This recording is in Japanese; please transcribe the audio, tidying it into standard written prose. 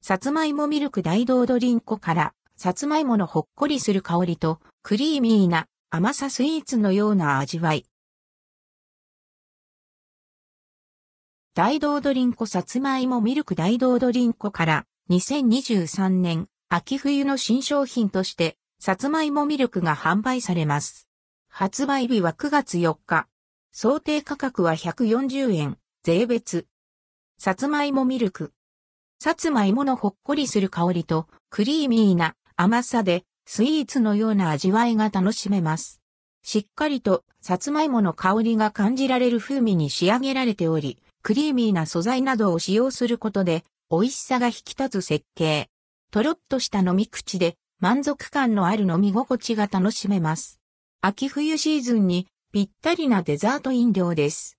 さつまいもミルク大道ドリンコから、さつまいものほっこりする香りと、クリーミーな甘さスイーツのような味わい。大道ドリンコさつまいもミルク大道ドリンコから、2023年、秋冬の新商品として、さつまいもミルクが販売されます。発売日は9月4日。想定価格は140円、税別。さつまいもミルク。さつまいものほっこりする香りと、クリーミーな甘さで、スイーツのような味わいが楽しめます。しっかりと、さつまいもの香りが感じられる風味に仕上げられており、クリーミーな素材などを使用することで、美味しさが引き立つ設計。とろっとした飲み口で、満足感のある飲み心地が楽しめます。秋冬シーズンにぴったりなデザート飲料です。